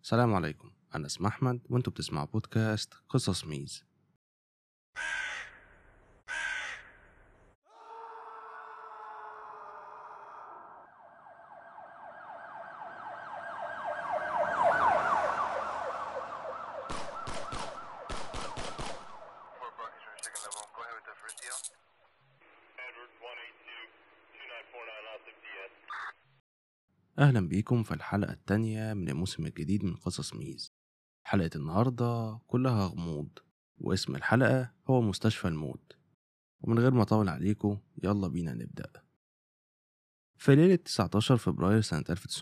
السلام عليكم، أنا اسمي أحمد وأنتوا بتسمعوا بودكاست قصص ميز. أهلا بيكم في الحلقة التانية من الموسم الجديد من قصص ميز. حلقة النهاردة كلها غموض، واسم الحلقة هو مستشفى الموت. ومن غير ما أطول عليكم يلا بينا نبدأ. في ليلة 19 فبراير سنة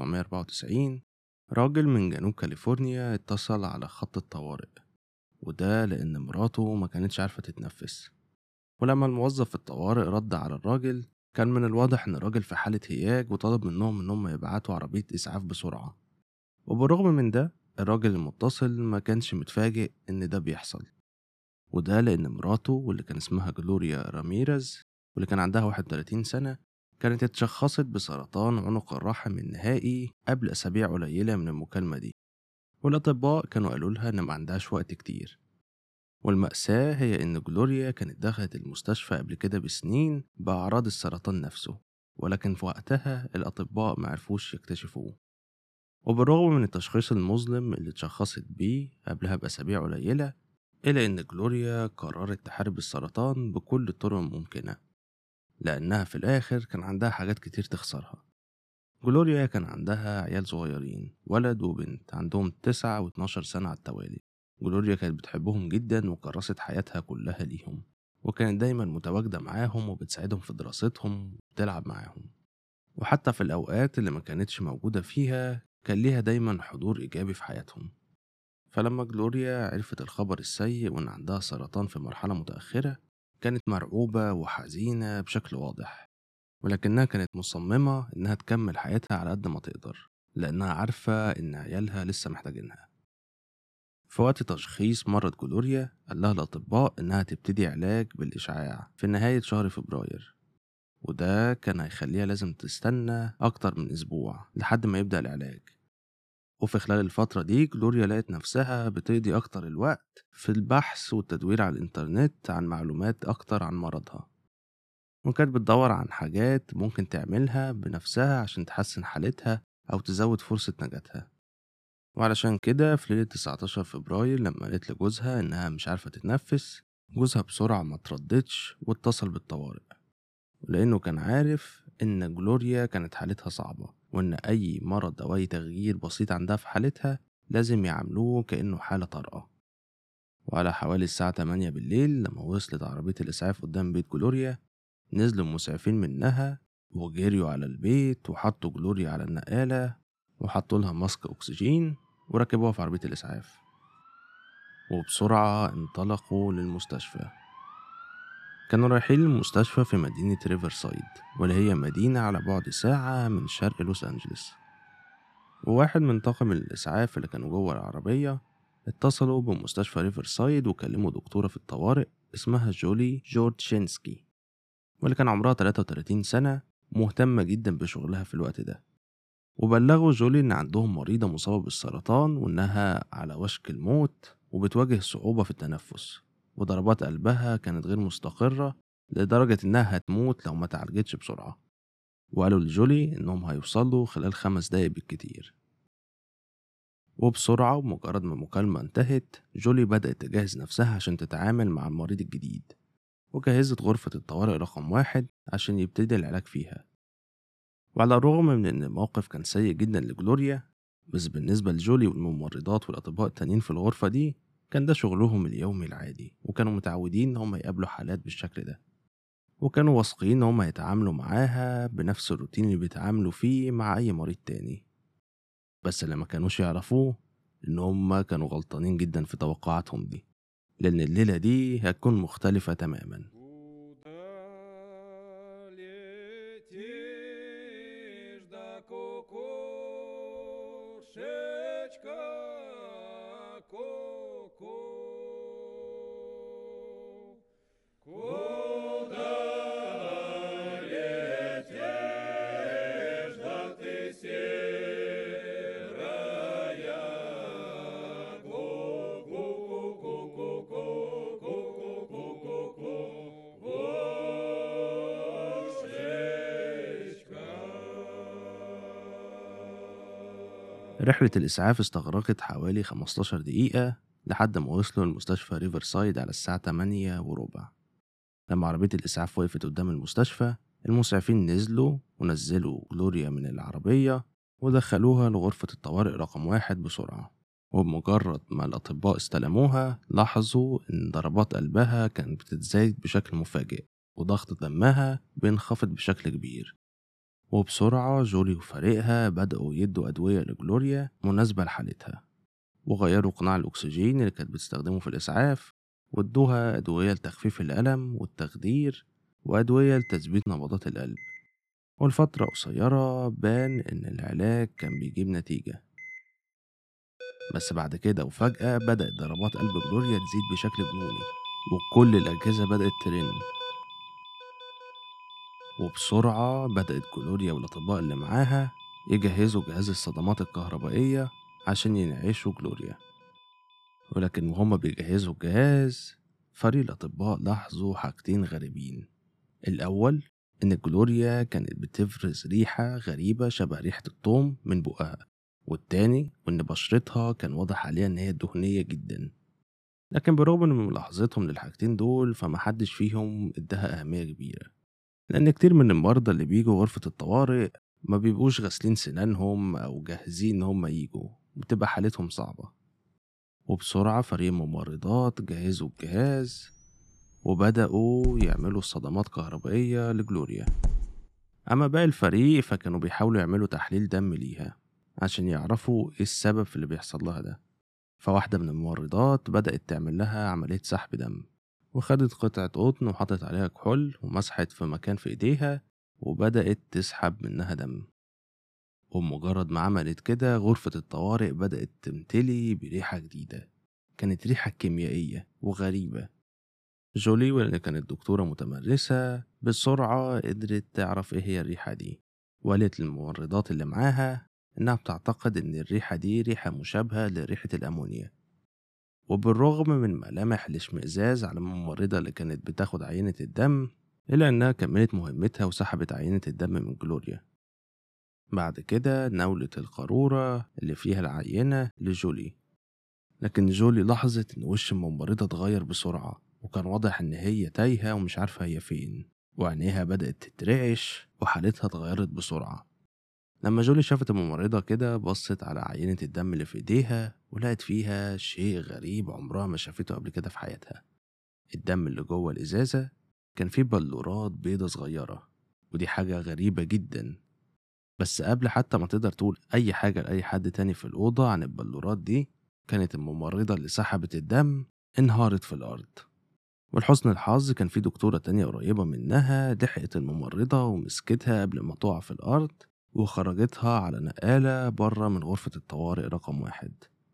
1994 راجل من جنوب كاليفورنيا اتصل على خط الطوارئ، وده لأن مراته ما كانتش عارفة تتنفس. ولما الموظف في الطوارئ رد على الراجل كان من الواضح إن الراجل في حالة هياج، وطلب منهم إنهم يبعتوا عربية إسعاف بسرعة. وبالرغم من ده الراجل المتصل ما كانش متفاجئ إن ده بيحصل، وده لأن مراته واللي كان اسمها جلوريا راميريز واللي كان عندها 31 سنة كانت اتشخصت بسرطان عنق الرحم النهائي قبل أسابيع قليلة من المكالمة دي. والأطباء كانوا قالوا لها إن ما عندهاش وقت كتير. والمأساة هي إن جلوريا كانت دخلت المستشفى قبل كده بسنين بأعراض السرطان نفسه، ولكن في وقتها الأطباء معرفوش يكتشفوه. وبالرغم من التشخيص المظلم اللي اتشخصت بيه قبلها بأسابيع قليلة، إلا إن جلوريا قررت تحارب السرطان بكل الطرق الممكنة، لأنها في الآخر كان عندها حاجات كتير تخسرها. جلوريا كان عندها عيال صغيرين، ولد وبنت عندهم 9 و12 سنة على التوالي. جلوريا كانت بتحبهم جدا وكرست حياتها كلها ليهم، وكانت دايما متواجدة معاهم وبتساعدهم في دراستهم وبتلعب معاهم. وحتى في الأوقات اللي ما كانتش موجودة فيها كان ليها دايما حضور إيجابي في حياتهم. فلما جلوريا عرفت الخبر السيء وإن عندها سرطان في مرحلة متأخرة كانت مرعوبة وحزينة بشكل واضح، ولكنها كانت مصممة إنها تكمل حياتها على قد ما تقدر، لأنها عارفة إن عيالها لسه محتاجينها. في وقت تشخيص مرض جلوريا قال لها الأطباء إنها تبتدي علاج بالإشعاع في نهاية شهر فبراير، وده كان هيخليها لازم تستنى أكتر من أسبوع لحد ما يبدأ العلاج. وفي خلال الفترة دي جلوريا لقت نفسها بتقضي أكتر الوقت في البحث والتدوير على الإنترنت عن معلومات أكتر عن مرضها، وكانت بتدور عن حاجات ممكن تعملها بنفسها عشان تحسن حالتها أو تزود فرصة نجاتها. وعلشان كده في ليلة 19 فبراير لما قالت لجوزها إنها مش عارفة تتنفس، جوزها بسرعة ما ترددش واتصل بالطوارئ، لأنه كان عارف إن جلوريا كانت حالتها صعبة، وإن أي مرض أو أي تغيير بسيط عندها في حالتها لازم يعاملوه كأنه حالة طارئة. وعلى حوالي الساعة 8 بالليل لما وصلت عربية الإسعاف قدام بيت جلوريا، نزلوا المسعفين منها وجريوا على البيت وحطوا جلوريا على النقالة وحطوا لها ماسك أكسجين وركبوها في عربية الإسعاف، وبسرعة انطلقوا للمستشفى. كانوا رايحين المستشفى في مدينة ريفرسايد، واللي هي مدينة على بعد ساعة من شرق لوس أنجلس. وواحد من طاقم الإسعاف اللي كانوا جوه العربية اتصلوا بمستشفى ريفرسايد وكلموا دكتورة في الطوارئ اسمها جولي جورتشينسكي، واللي كان عمرها 33 سنة، مهتمة جدا بشغلها في الوقت ده. وبلغوا جولي إن عندهم مريضة مصابة بالسرطان وإنها على وشك الموت وبتواجه صعوبة في التنفس، وضربات قلبها كانت غير مستقرة لدرجة إنها هتموت لو ما تعالجتش بسرعة. وقالوا لجولي إنهم هيوصلوا خلال 5 دقايق بالكتير. وبسرعة ومجرد ما المكالمة انتهت جولي بدأت تجهز نفسها عشان تتعامل مع المريض الجديد، وجهزت غرفة الطوارئ رقم 1 عشان يبتدي العلاج فيها. وعلى الرغم من إن الموقف كان سيء جدا لجلوريا، بس بالنسبة لجولي والممرضات والأطباء التانيين في الغرفة دي كان ده شغلهم اليومي العادي، وكانوا متعودين إن هم يقابلوا حالات بالشكل ده، وكانوا واثقين إن هم يتعاملوا معاها بنفس الروتين اللي بيتعاملوا فيه مع أي مريض تاني. بس اللي ما كانوش يعرفوه إن هم كانوا غلطانين جدا في توقعاتهم دي، لأن الليلة دي هتكون مختلفة تماما. رحلة الإسعاف استغرقت حوالي 15 دقيقة لحد ما وصلوا المستشفى ريفرسايد على الساعة 8:15. لما عربية الإسعاف وقفت قدام المستشفى، المسعفين نزلوا ونزلوا جلوريا من العربية ودخلوها لغرفة الطوارئ رقم 1 بسرعة. وبمجرد ما الأطباء استلموها لاحظوا إن ضربات قلبها كانت بتتزايد بشكل مفاجئ وضغط دمها بينخفض بشكل كبير. وبسرعة جولي وفريقها بدأوا يدوا أدوية لجلوريا مناسبة لحالتها، وغيروا قناع الأكسجين اللي كانت بتستخدمه في الإسعاف، وادوها أدوية لتخفيف الألم والتخدير وأدوية لتثبيت نبضات القلب. والفترة قصيرة بان إن العلاج كان بيجيب نتيجة. بس بعد كده وفجأة بدأت ضربات قلب جلوريا تزيد بشكل جنوني، وكل الأجهزة بدأت ترن. وبسرعة بدأت جلوريا والأطباء اللي معاها يجهزوا جهاز الصدمات الكهربائية عشان ينعشوا جلوريا. ولكن وهما بيجهزوا الجهاز، فريق الأطباء لاحظوا حاجتين غريبين. الأول إن جلوريا كانت بتفرز ريحة غريبة شبه ريحة الثوم من بقها، والتاني وإن بشرتها كان واضح عليها إن هي دهنية جدا. لكن بالرغم من ملاحظتهم للحاجتين دول فمحدش فيهم اداها أهمية كبيرة، لأن كتير من المرضى اللي بيجوا غرفة الطوارئ ما بيبقوش غاسلين سنانهم أو جاهزين إن هم يجوا، بتبقى حالتهم صعبة. وبسرعة فريق ممرضات جهزوا الجهاز وبدأوا يعملوا صدمات كهربائية لجلوريا. أما باقي الفريق فكانوا بيحاولوا يعملوا تحليل دم ليها عشان يعرفوا إيه السبب في اللي بيحصل لها ده. فواحدة من الممرضات بدأت تعمل لها عملية سحب دم، وخدت قطعة قطن وحطت عليها كحول ومسحت في مكان في إيديها وبدأت تسحب منها دم. ومجرد ما عملت كده غرفة الطوارئ بدأت تمتلي بريحة جديدة، كانت ريحة كيميائية وغريبة. جولي واللي كانت دكتورة متمرسة بسرعة قدرت تعرف إيه هي الريحة دي، وقالت للممرضات اللي معاها إنها بتعتقد إن الريحة دي ريحة مشابهة لريحة الأمونيا. وبالرغم من ملامح الاشمئزاز على الممرضة اللي كانت بتاخد عينة الدم، إلا إنها كملت مهمتها وسحبت عينة الدم من جلوريا. بعد كده ناولت القارورة اللي فيها العينة لجولي، لكن جولي لاحظت إن وش الممرضة اتغير بسرعة، وكان واضح إن هي تايهة ومش عارفة هي فين، وعينيها بدأت تترعش وحالتها اتغيرت بسرعة. لما جولي شافت الممرضة كده بصت على عينة الدم اللي في إيديها ولقت فيها شيء غريب عمرها ما شافته قبل كده في حياتها. الدم اللي جوه الإزازة كان فيه بلورات بيضة صغيرة، ودي حاجة غريبة جدا. بس قبل حتى ما تقدر تقول أي حاجة لأي حد تاني في الأوضة عن البلورات دي، كانت الممرضة اللي سحبت الدم انهارت في الأرض. ولحسن الحظ كان في دكتورة تانية قريبة منها لحقت الممرضة ومسكتها قبل ما تقع في الأرض وخرجتها على نقالة بره من غرفة الطوارئ رقم 1.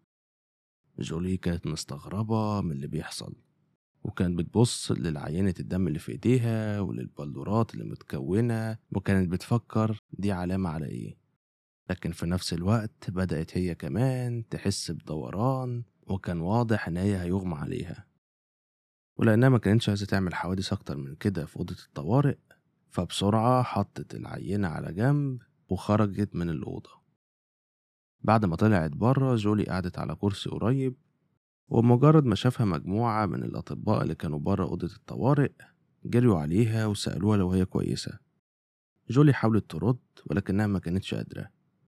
جولي كانت مستغربة من اللي بيحصل، وكانت بتبص للعينة الدم اللي في ايديها وللبلورات اللي متكونة، وكانت بتفكر دي علامة على ايه. لكن في نفس الوقت بدأت هي كمان تحس بدوران، وكان واضح ان هي هيغمى عليها. ولأنها ما كانتش عايزة تعمل حوادث أكتر من كده في أوضة الطوارئ، فبسرعة حطت العينة على جنب وخرجت من الأوضة. بعد ما طلعت بره جولي قعدت على كرسي قريب، ومجرد ما شافها مجموعة من الأطباء اللي كانوا بره أوضة الطوارئ جريوا عليها وسألوها لو هي كويسة. جولي حاولت ترد ولكنها ما كانتش قادرة،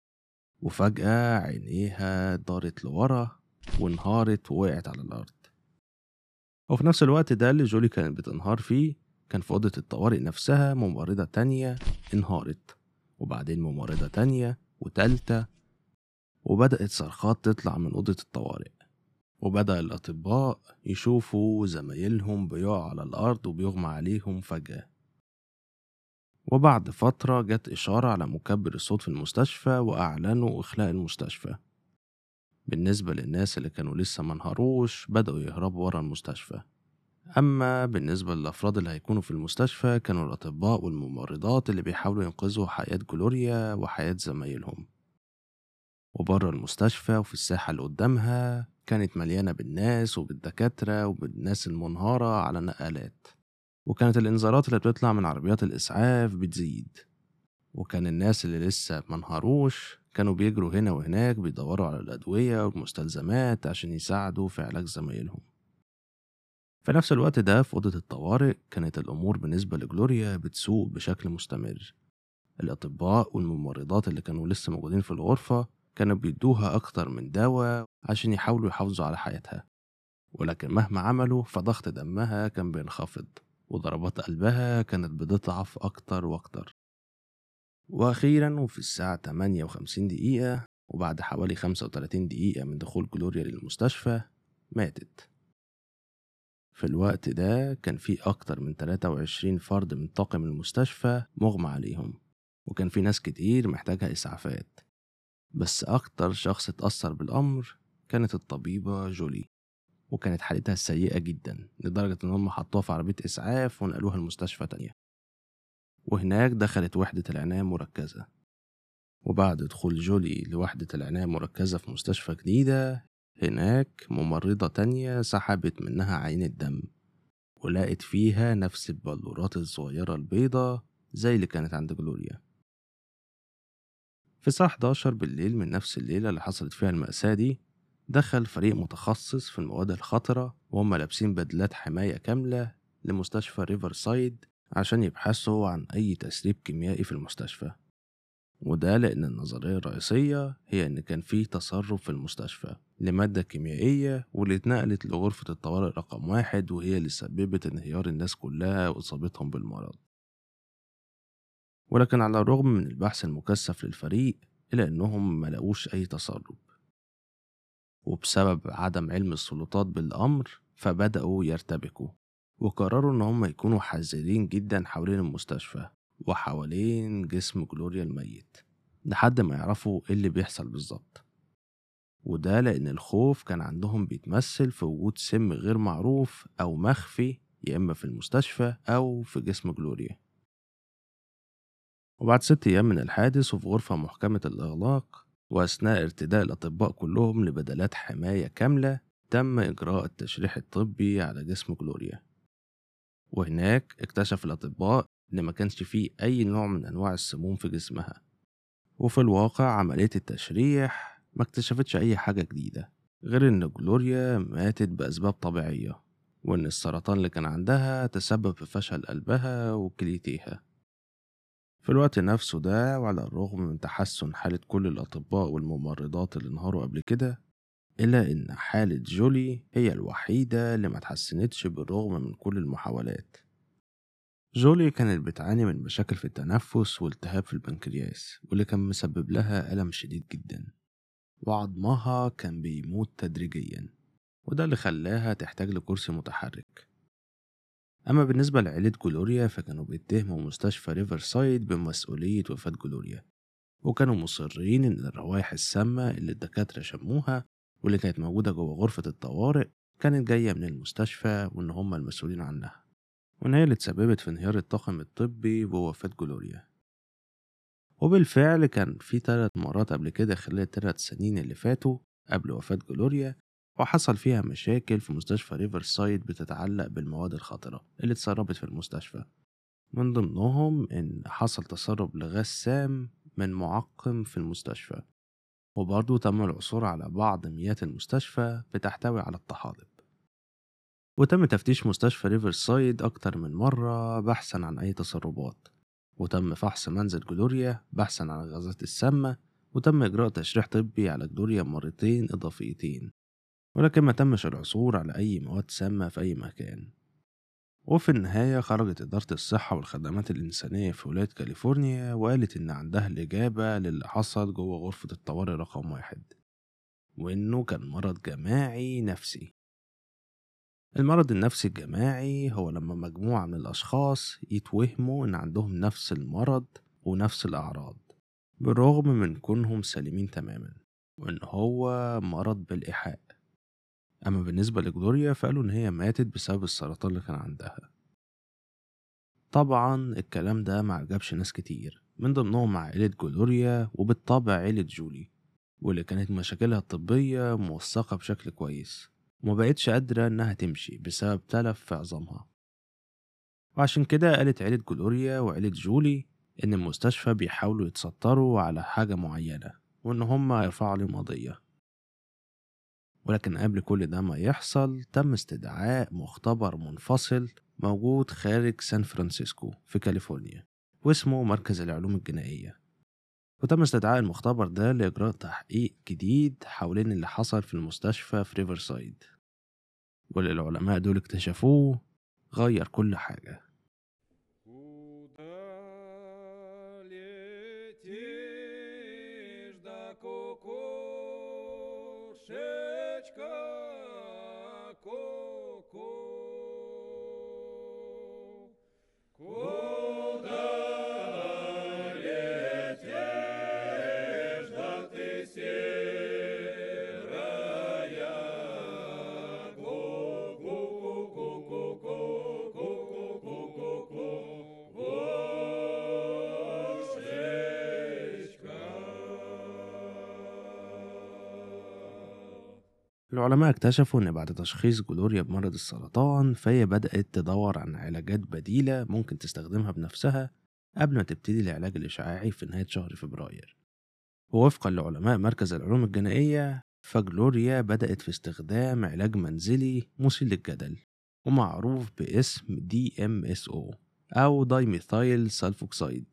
وفجأة عينيها دارت لورا وانهارت ووقعت على الأرض. وفي نفس الوقت ده اللي جولي كانت بتنهار فيه كان في أوضة الطوارئ نفسها ممرضة تانية انهارت، وبعدين ممرضة تانية وتالتة، وبدأت صرخات تطلع من أوضة الطوارئ. وبدأ الأطباء يشوفوا زمايلهم بيقعوا على الأرض وبيغمى عليهم فجأة. وبعد فترة جت إشارة على مكبر الصوت في المستشفى وأعلنوا إخلاء المستشفى. بالنسبة للناس اللي كانوا لسه منهاروش بدأوا يهربوا ورا المستشفى. أما بالنسبة للأفراد اللي هيكونوا في المستشفى كانوا الأطباء والممرضات اللي بيحاولوا ينقذوا حياة جلوريا وحياة زمايلهم. وبره المستشفى وفي الساحة اللي قدامها كانت مليانة بالناس وبالدكاترة وبالناس المنهارة على نقالات، وكانت الإنذارات اللي بتطلع من عربيات الإسعاف بتزيد. وكان الناس اللي لسه منهاروش كانوا بيجروا هنا وهناك بيدوروا على الأدوية والمستلزمات عشان يساعدوا في علاج زمايلهم. في نفس الوقت ده في أوضة الطوارئ كانت الأمور بالنسبة لجلوريا بتسوء بشكل مستمر. الأطباء والممرضات اللي كانوا لسه موجودين في الغرفة كانوا بيدوها أكتر من دواء عشان يحاولوا يحافظوا على حياتها، ولكن مهما عملوا فضغط دمها كان بينخفض وضربات قلبها كانت بتضعف أكتر وأكتر. وأخيرا وفي الساعة 58 دقيقة وبعد حوالي 35 دقيقة من دخول جلوريا للمستشفى ماتت. في الوقت ده كان في أكتر من 23 فرد من طاقم المستشفى مغمى عليهم، وكان في ناس كتير محتاجها إسعافات، بس أكتر شخص اتأثر بالأمر كانت الطبيبة جولي، وكانت حالتها سيئة جدا لدرجة إن هم حطوها في عربية إسعاف ونقلوها لمستشفى تانية، وهناك دخلت وحدة العناية المركزة. وبعد دخول جولي لوحدة العناية المركزة في مستشفى جديدة، هناك ممرضة تانية سحبت منها عينة دم ولقت فيها نفس البلورات الصغيرة البيضة زي اللي كانت عند جلوريا. في الساعة 11 بالليل من نفس الليلة اللي حصلت فيها المأساة دي، دخل فريق متخصص في المواد الخطرة وهم لابسين بدلات حماية كاملة لمستشفى ريفر سايد عشان يبحثوا عن أي تسريب كيميائي في المستشفى. وده لأن النظرية الرئيسية هي إن كان فيه تسرب في المستشفى لمادة كيميائية واللي اتنقلت لغرفة الطوارئ رقم 1 وهي اللي سببت انهيار الناس كلها وإصابتهم بالمرض. ولكن على الرغم من البحث المكثف للفريق إلا إنهم ملقوش أي تسرب، وبسبب عدم علم السلطات بالأمر فبدأوا يرتبكوا وقرروا إن هم يكونوا حذرين جدا حوالين المستشفى وحوالين جسم جلوريا الميت لحد ما يعرفوا إيه اللي بيحصل بالظبط. وده لأن الخوف كان عندهم بيتمثل في وجود سم غير معروف أو مخفي يا إما في المستشفى أو في جسم جلوريا. وبعد 6 أيام من الحادث وفي غرفة محكمة الإغلاق وأثناء ارتداء الأطباء كلهم لبدلات حماية كاملة، تم إجراء التشريح الطبي على جسم جلوريا. وهناك اكتشف الأطباء إن ما كانش فيه أي نوع من أنواع السموم في جسمها، وفي الواقع عملية التشريح ما اكتشفتش أي حاجة جديدة غير إن جلوريا ماتت بأسباب طبيعية، وإن السرطان اللي كان عندها تسبب في فشل قلبها وكليتيها. في الوقت نفسه ده وعلى الرغم من تحسن حالة كل الأطباء والممرضات اللي انهاروا قبل كده، إلا إن حالة جولي هي الوحيدة اللي ما تحسنتش بالرغم من كل المحاولات. جولي كانت بتعاني من مشاكل في التنفس والتهاب في البنكرياس واللي كان مسبب لها ألم شديد جدا، وعظمها كان بيموت تدريجيا، وده اللي خلاها تحتاج لكرسي متحرك. أما بالنسبة لعيلة جلوريا فكانوا بيتهموا مستشفى ريفر سايد بمسؤولية وفاة جلوريا، وكانوا مصرين إن الروائح السامة اللي الدكاترة شموها واللي كانت موجودة جوه غرفة الطوارئ كانت جاية من المستشفى وإن هم المسؤولين عنها، وإن هي اللي تسببت في انهيار الطاقم الطبي ووفاة جلوريا. وبالفعل كان في 3 مرات قبل كده خلال 3 سنين اللي فاتوا قبل وفاة جلوريا وحصل فيها مشاكل في مستشفى ريفر سايد بتتعلق بالمواد الخطرة اللي اتسربت في المستشفى، من ضمنهم إن حصل تسرب لغاز سام من معقم في المستشفى، وبرضه تم العثور على بعض مياه المستشفى بتحتوي على الطحالب. وتم تفتيش مستشفى ريفر سايد أكتر من مرة بحثا عن أي تسربات، وتم فحص منزل جلوريا بحثا عن الغازات السامة، وتم إجراء تشريح طبي على جلوريا مرتين إضافيتين، ولكن ما تمش العثور على أي مواد سامة في أي مكان. وفي النهاية خرجت إدارة الصحة والخدمات الإنسانية في ولاية كاليفورنيا وقالت إن عندها الإجابة للي حصل جوه غرفة الطوارئ رقم 1، وإنه كان مرض جماعي نفسي. المرض النفسي الجماعي هو لما مجموعة من الأشخاص يتوهموا إن عندهم نفس المرض ونفس الأعراض بالرغم من كونهم سالمين تماما، وإن هو مرض بالإيحاء. أما بالنسبة لجلوريا فقالوا إن هي ماتت بسبب السرطان اللي كان عندها. طبعا الكلام ده معجبش ناس كتير من ضمنهم عائلة جلوريا وبالطبع عائلة جولي، واللي كانت مشاكلها الطبية موثقة بشكل كويس ومبقتش قادرة إنها تمشي بسبب تلف في عظامها. وعشان كده قالت عائلة جلوريا وعائلة جولي إن المستشفى بيحاولوا يتستروا على حاجة معينة وإن هما يرفعوا عليهم قضية. ولكن قبل كل ده ما يحصل تم استدعاء مختبر منفصل موجود خارج سان فرانسيسكو في كاليفورنيا، واسمه مركز العلوم الجنائية. وتم استدعاء المختبر ده لإجراء تحقيق جديد حوالين اللي حصل في المستشفى في ريفرسايد، واللي العلماء دول اكتشفوه غير كل حاجة. Куда летишь, да кукушечка, ку-ку? Куда летишь, да ты серая, العلماء اكتشفوا إن بعد تشخيص جلوريا بمرض السرطان فهي بدأت تدور عن علاجات بديلة ممكن تستخدمها بنفسها قبل ما تبتدي العلاج الإشعاعي في نهاية شهر فبراير. ووفقا لعلماء مركز العلوم الجنائية، فجلوريا بدأت في استخدام علاج منزلي مثير للجدل ومعروف باسم DMSO أو دايميثايل سلفوكسيد.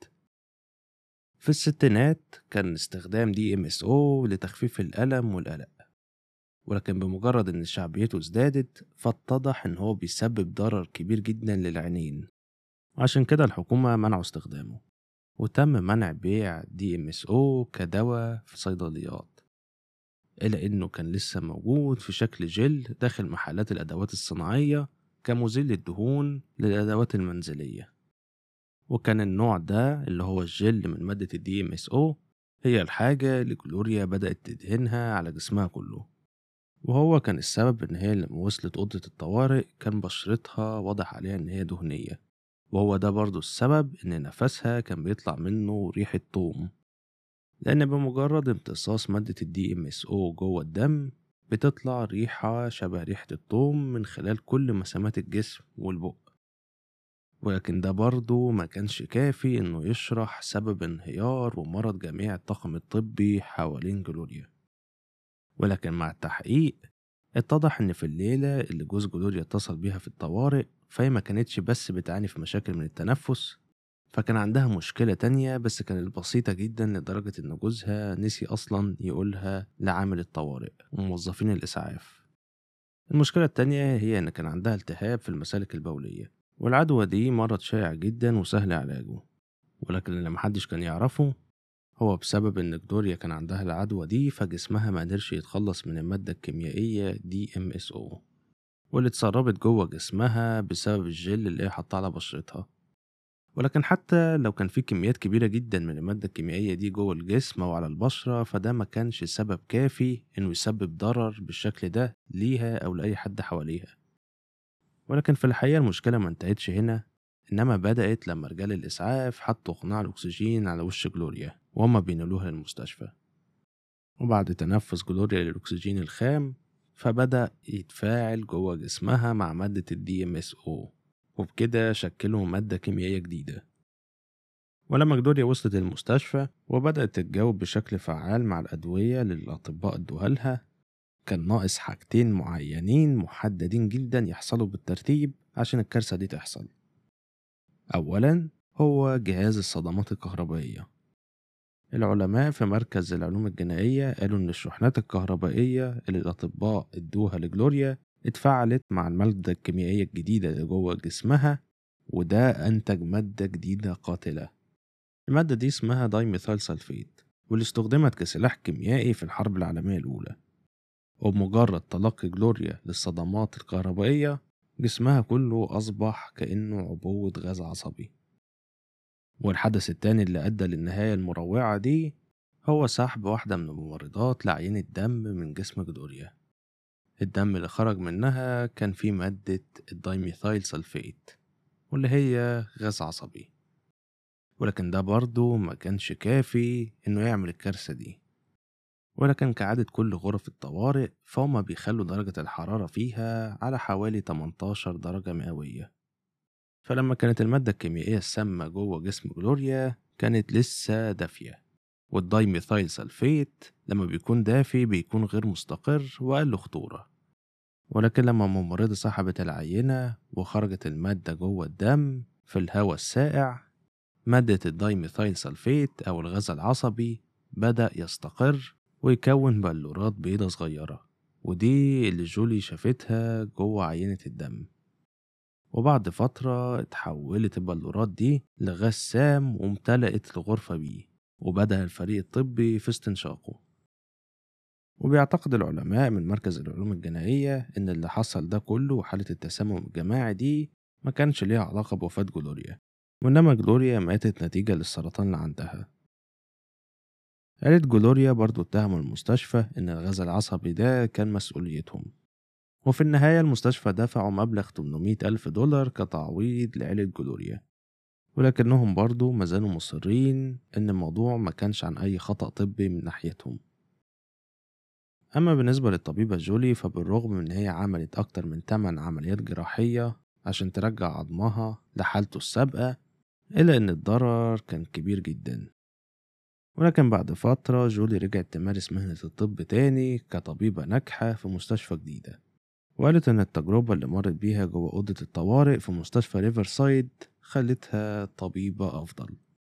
في الستينات كان استخدام DMSO لتخفيف الألم والقلق، ولكن بمجرد إن شعبيته ازدادت فاتضح إن هو بيسبب ضرر كبير جدا للعينين، وعشان كده الحكومة منعوا استخدامه، وتم منع بيع DMSO كدواء في صيدليات، إلا إنه كان لسه موجود في شكل جل داخل محلات الأدوات الصناعية كمزيل للدهون للأدوات المنزلية. وكان النوع ده اللي هو الجل من مادة DMSO هي الحاجة اللي جلوريا بدأت تدهنها على جسمها كله، وهو كان السبب إن هي لما وصلت أوضة الطوارئ كان بشرتها واضح عليها إن هي دهنية، وهو ده برضو السبب إن نفسها كان بيطلع منه ريحة طوم، لأن بمجرد امتصاص مادة DMSO جوه الدم بتطلع ريحة شبه ريحة الطوم من خلال كل مسامات الجسم والبق. ولكن ده برضو ما كانش كافي إنه يشرح سبب انهيار ومرض جميع الطاقم الطبي حوالين جلوريا. ولكن مع التحقيق اتضح إن في الليلة اللي جوز جلوريا اتصل بيها في الطوارئ فهي ما كانتش بس بتعاني في مشاكل من التنفس، فكان عندها مشكلة تانية بس كانت بسيطة جدا لدرجة إن جوزها نسي أصلا يقولها لعامل الطوارئ وموظفين الإسعاف. المشكلة التانية هي إن كان عندها التهاب في المسالك البولية، والعدوى دي مرض شائع جدا وسهل علاجه، ولكن اللي محدش كان يعرفه هو بسبب إن جلوريا كان عندها العدوى دي فجسمها ما قدرش يتخلص من المادة الكيميائية DMSO، واللي اتسربت جوه جسمها بسبب الجل اللي هي حاطاه على بشرتها. ولكن حتى لو كان في كميات كبيرة جدا من المادة الكيميائية دي جوه الجسم أو على البشرة فده ما كانش سبب كافي إنه يسبب ضرر بالشكل ده ليها أو لأي حد حواليها. ولكن في الحقيقة المشكلة ما انتهتش هنا، إنما بدأت لما رجال الإسعاف حطوا قناع الأكسجين على وش جلوريا وهما بينقلوها للمستشفى، وبعد تنفس جلوريا للأكسجين الخام فبدأ يتفاعل جوه جسمها مع مادة DMSO، وبكده شكلوا مادة كيميائية جديدة. ولما جلوريا وصلت المستشفى وبدأت تتجاوب بشكل فعال مع الأدوية اللي الأطباء ادوهالها، كان ناقص حاجتين معينين محددين جدا يحصلوا بالترتيب عشان الكارثة دي تحصل. أولا هو جهاز الصدمات الكهربائية. العلماء في مركز العلوم الجنائية قالوا إن الشحنات الكهربائية اللي الأطباء ادوها لجلوريا اتفاعلت مع المادة الكيميائية الجديدة اللي جوه جسمها، وده أنتج مادة جديدة قاتلة. المادة دي اسمها دايميثايل سلفيت، واللي استخدمت كسلاح كيميائي في الحرب العالمية الأولى. وبمجرد تلقي جلوريا للصدمات الكهربائية جسمها كله أصبح كأنه عبوة غاز عصبي. والحدث التاني اللي أدى للنهاية المروعة دي هو سحب واحدة من الممرضات لعينة دم من جسم جلوريا. الدم اللي خرج منها كان فيه مادة الدايميثايل سلفيت، واللي هي غاز عصبي. ولكن ده برضه ما كانش كافي إنه يعمل الكارثة دي، ولكن كعادة كل غرف الطوارئ فهم بيخلوا درجة الحرارة فيها على حوالي 18 درجة مئوية. فلما كانت المادة الكيميائية السامة جوه جسم جلوريا كانت لسه دافية، والدايميثايل سلفيت لما بيكون دافي بيكون غير مستقر وأقل خطورة. ولكن لما الممرضة سحبت العينة وخرجت المادة جوه الدم في الهواء الساقع، مادة الدايميثايل سلفيت أو الغاز العصبي بدأ يستقر ويكون بلورات بيضة صغيرة، ودي اللي جولي شافتها جوه عينة الدم. وبعد فترة اتحولت البلورات دي لغاز سام وامتلأت الغرفة بيه، وبدأ الفريق الطبي في استنشاقه. وبيعتقد العلماء من مركز العلوم الجنائية إن اللي حصل ده كله وحالة التسمم الجماعي دي ما كانش ليها علاقة بوفاة جلوريا، وإنما جلوريا ماتت نتيجة للسرطان اللي عندها. عيلة جلوريا برضو اتهموا المستشفى إن الغاز العصبي ده كان مسؤوليتهم، وفي النهاية المستشفى دفعوا مبلغ 800 ألف دولار كتعويض لعيلة جلوريا، ولكنهم برضو مازالوا مصرين إن الموضوع ما كانش عن أي خطأ طبي من ناحيتهم. أما بالنسبة للطبيبة جولي، فبالرغم من إن هي عملت أكتر من 8 عمليات جراحية عشان ترجع عظمها لحالته السابقة، إلا إن الضرر كان كبير جدا. ولكن بعد فترة جولي رجعت تمارس مهنة الطب تاني كطبيبة ناجحة في مستشفى جديدة، وقالت إن التجربة اللي مرت بيها جوه أوضة الطوارئ في مستشفى ريفرسايد خلتها طبيبة أفضل.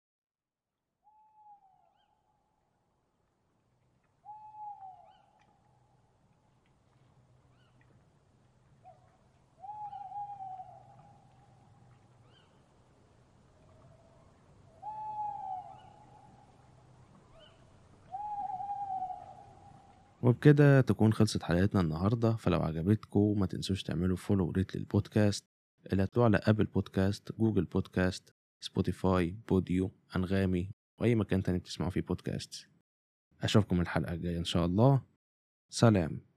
وبكده تكون خلصت حلقتنا النهاردة. فلو عجبتكم ما تنسوش تعملوا فولو وريت للبودكاست اللي هتلاقوه على أبل بودكاست، جوجل بودكاست، سبوتيفاي، بوديو، أنغامي، وأي مكان تاني بتسمعوا فيه بودكاست. أشوفكم الحلقة الجاية إن شاء الله. سلام.